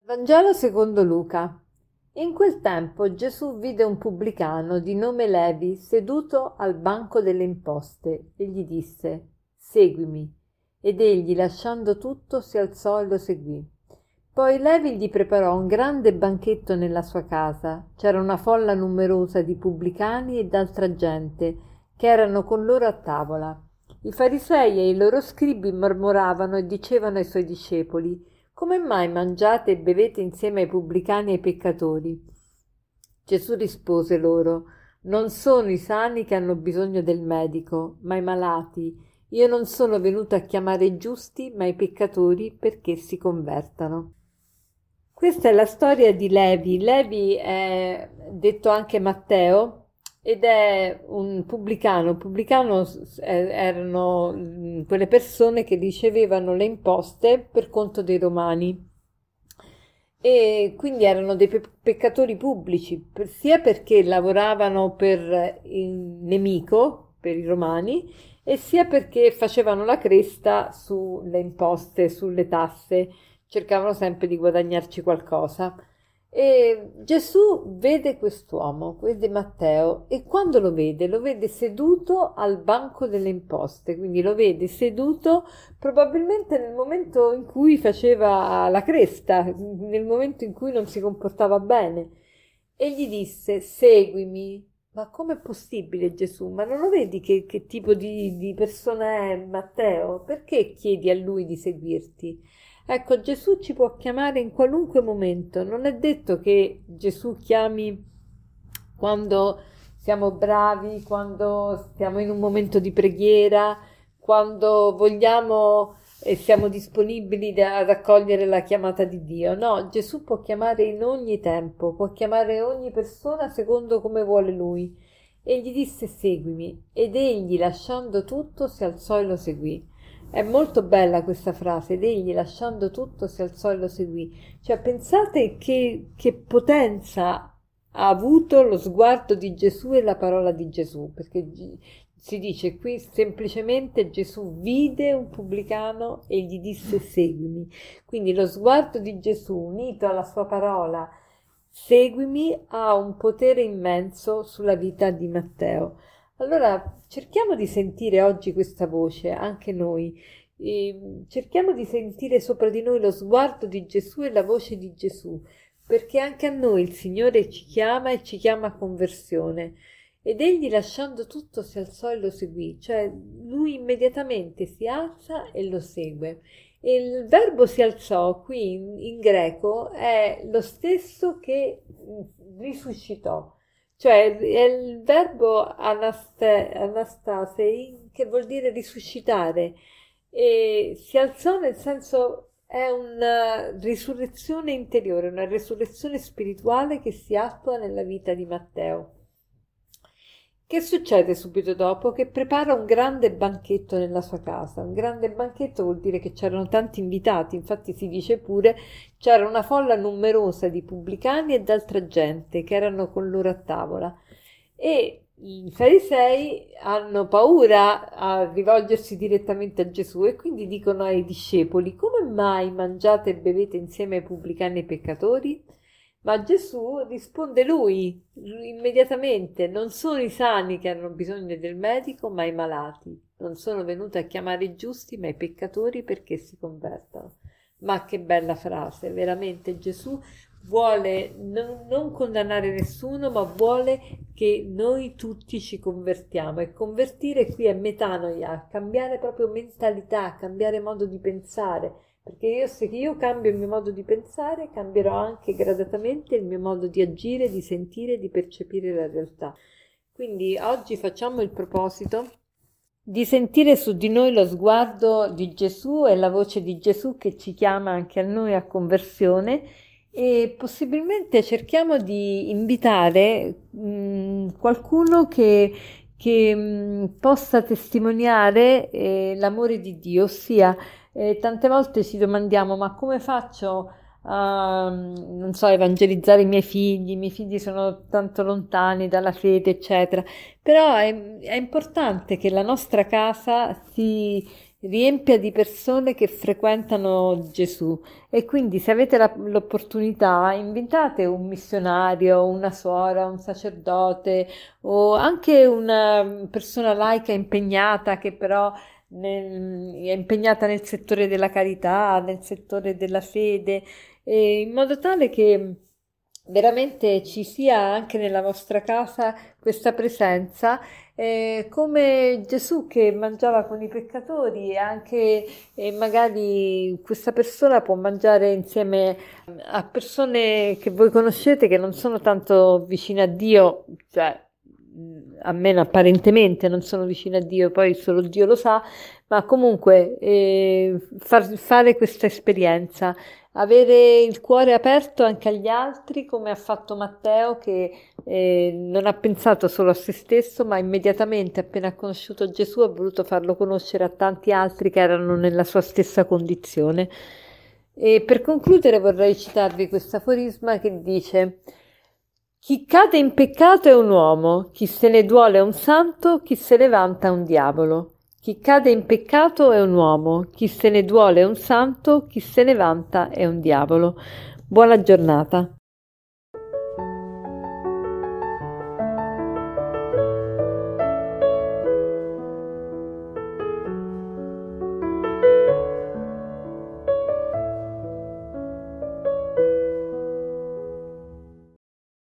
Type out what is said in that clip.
Vangelo secondo Luca. In quel tempo Gesù vide un pubblicano di nome Levi seduto al banco delle imposte e gli disse: Seguimi. Ed egli, lasciando tutto, si alzò e lo seguì. Poi Levi gli preparò un grande banchetto nella sua casa. C'era una folla numerosa di pubblicani e d'altra gente che erano con loro a tavola. I farisei e i loro scribi mormoravano e dicevano ai suoi discepoli: come mai mangiate e bevete insieme ai pubblicani e ai peccatori? Gesù rispose loro: non sono i sani che hanno bisogno del medico, ma i malati. Io non sono venuto a chiamare i giusti, ma i peccatori perché si convertano. Questa è la storia di Levi. Levi è detto anche Matteo ed è un pubblicano. Erano quelle persone che ricevevano le imposte per conto dei romani e quindi erano dei peccatori pubblici, sia perché lavoravano per il nemico, per i romani, e sia perché facevano la cresta sulle imposte, sulle tasse, cercavano sempre di guadagnarci qualcosa. E Gesù vede quest'uomo, vede Matteo, e quando lo vede seduto al banco delle imposte, quindi lo vede seduto probabilmente nel momento in cui faceva la cresta, nel momento in cui non si comportava bene, e gli disse: Seguimi. Ma com'è possibile, Gesù? Ma non lo vedi che tipo di persona è Matteo? Perché chiedi a lui di seguirti? Ecco, Gesù ci può chiamare in qualunque momento. Non è detto che Gesù chiami quando siamo bravi, quando stiamo in un momento di preghiera, quando vogliamo e siamo disponibili ad accogliere la chiamata di Dio. No, Gesù può chiamare in ogni tempo, può chiamare ogni persona secondo come vuole Lui. E gli disse: Seguimi. Ed egli, lasciando tutto, si alzò e lo seguì. È molto bella questa frase, ed egli, lasciando tutto, si alzò e lo seguì. Cioè, pensate che potenza ha avuto lo sguardo di Gesù e la parola di Gesù, perché si dice qui semplicemente Gesù vide un pubblicano e gli disse: Seguimi. Quindi lo sguardo di Gesù unito alla sua parola Seguimi ha un potere immenso sulla vita di Matteo. Allora cerchiamo di sentire oggi questa voce, anche noi. Cerchiamo di sentire sopra di noi lo sguardo di Gesù e la voce di Gesù, perché anche a noi il Signore ci chiama e ci chiama a conversione. Ed egli, lasciando tutto, si alzò e lo seguì, cioè lui immediatamente si alza e lo segue. E il verbo si alzò qui in greco è lo stesso che risuscitò, cioè è il verbo anastasei, che vuol dire risuscitare, e si alzò nel senso è una risurrezione interiore, una risurrezione spirituale che si attua nella vita di Matteo. Che succede subito dopo? Che prepara un grande banchetto nella sua casa. Un grande banchetto vuol dire che c'erano tanti invitati, infatti si dice pure c'era una folla numerosa di pubblicani e d'altra gente che erano con loro a tavola. E i farisei hanno paura a rivolgersi direttamente a Gesù e quindi dicono ai discepoli: come mai mangiate e bevete insieme ai pubblicani e ai peccatori? Ma Gesù risponde lui immediatamente: non sono i sani che hanno bisogno del medico, ma i malati. Non sono venuto a chiamare i giusti, ma i peccatori perché si convertano. Ma che bella frase, veramente Gesù vuole non condannare nessuno, ma vuole che noi tutti ci convertiamo. E convertire qui è metanoia, cambiare proprio mentalità, cambiare modo di pensare. Perché se io cambio il mio modo di pensare, cambierò anche gradatamente il mio modo di agire, di sentire, di percepire la realtà. Quindi oggi facciamo il proposito di sentire su di noi lo sguardo di Gesù e la voce di Gesù che ci chiama anche a noi a conversione, e possibilmente cerchiamo di invitare qualcuno che possa testimoniare l'amore di Dio, ossia tante volte ci domandiamo: ma come faccio a, non so, evangelizzare i miei figli sono tanto lontani dalla fede, eccetera. Però è importante che la nostra casa riempia di persone che frequentano Gesù. E quindi se avete l'opportunità, invitate un missionario, una suora, un sacerdote o anche una persona laica impegnata che però è impegnata nel settore della carità, nel settore della fede, in modo tale che veramente ci sia anche nella vostra casa questa presenza, come Gesù che mangiava con i peccatori, e anche magari questa persona può mangiare insieme a persone che voi conoscete che non sono tanto vicine a Dio, cioè almeno apparentemente non sono vicine a Dio, poi solo Dio lo sa, ma comunque fare questa esperienza, avere il cuore aperto anche agli altri, come ha fatto Matteo, che non ha pensato solo a se stesso, ma immediatamente appena ha conosciuto Gesù ha voluto farlo conoscere a tanti altri che erano nella sua stessa condizione. E per concludere vorrei citarvi questo aforisma che dice: chi cade in peccato è un uomo, chi se ne duole è un santo, chi se ne vanta è un diavolo. Chi cade in peccato è un uomo, chi se ne duole è un santo, chi se ne vanta è un diavolo. Buona giornata.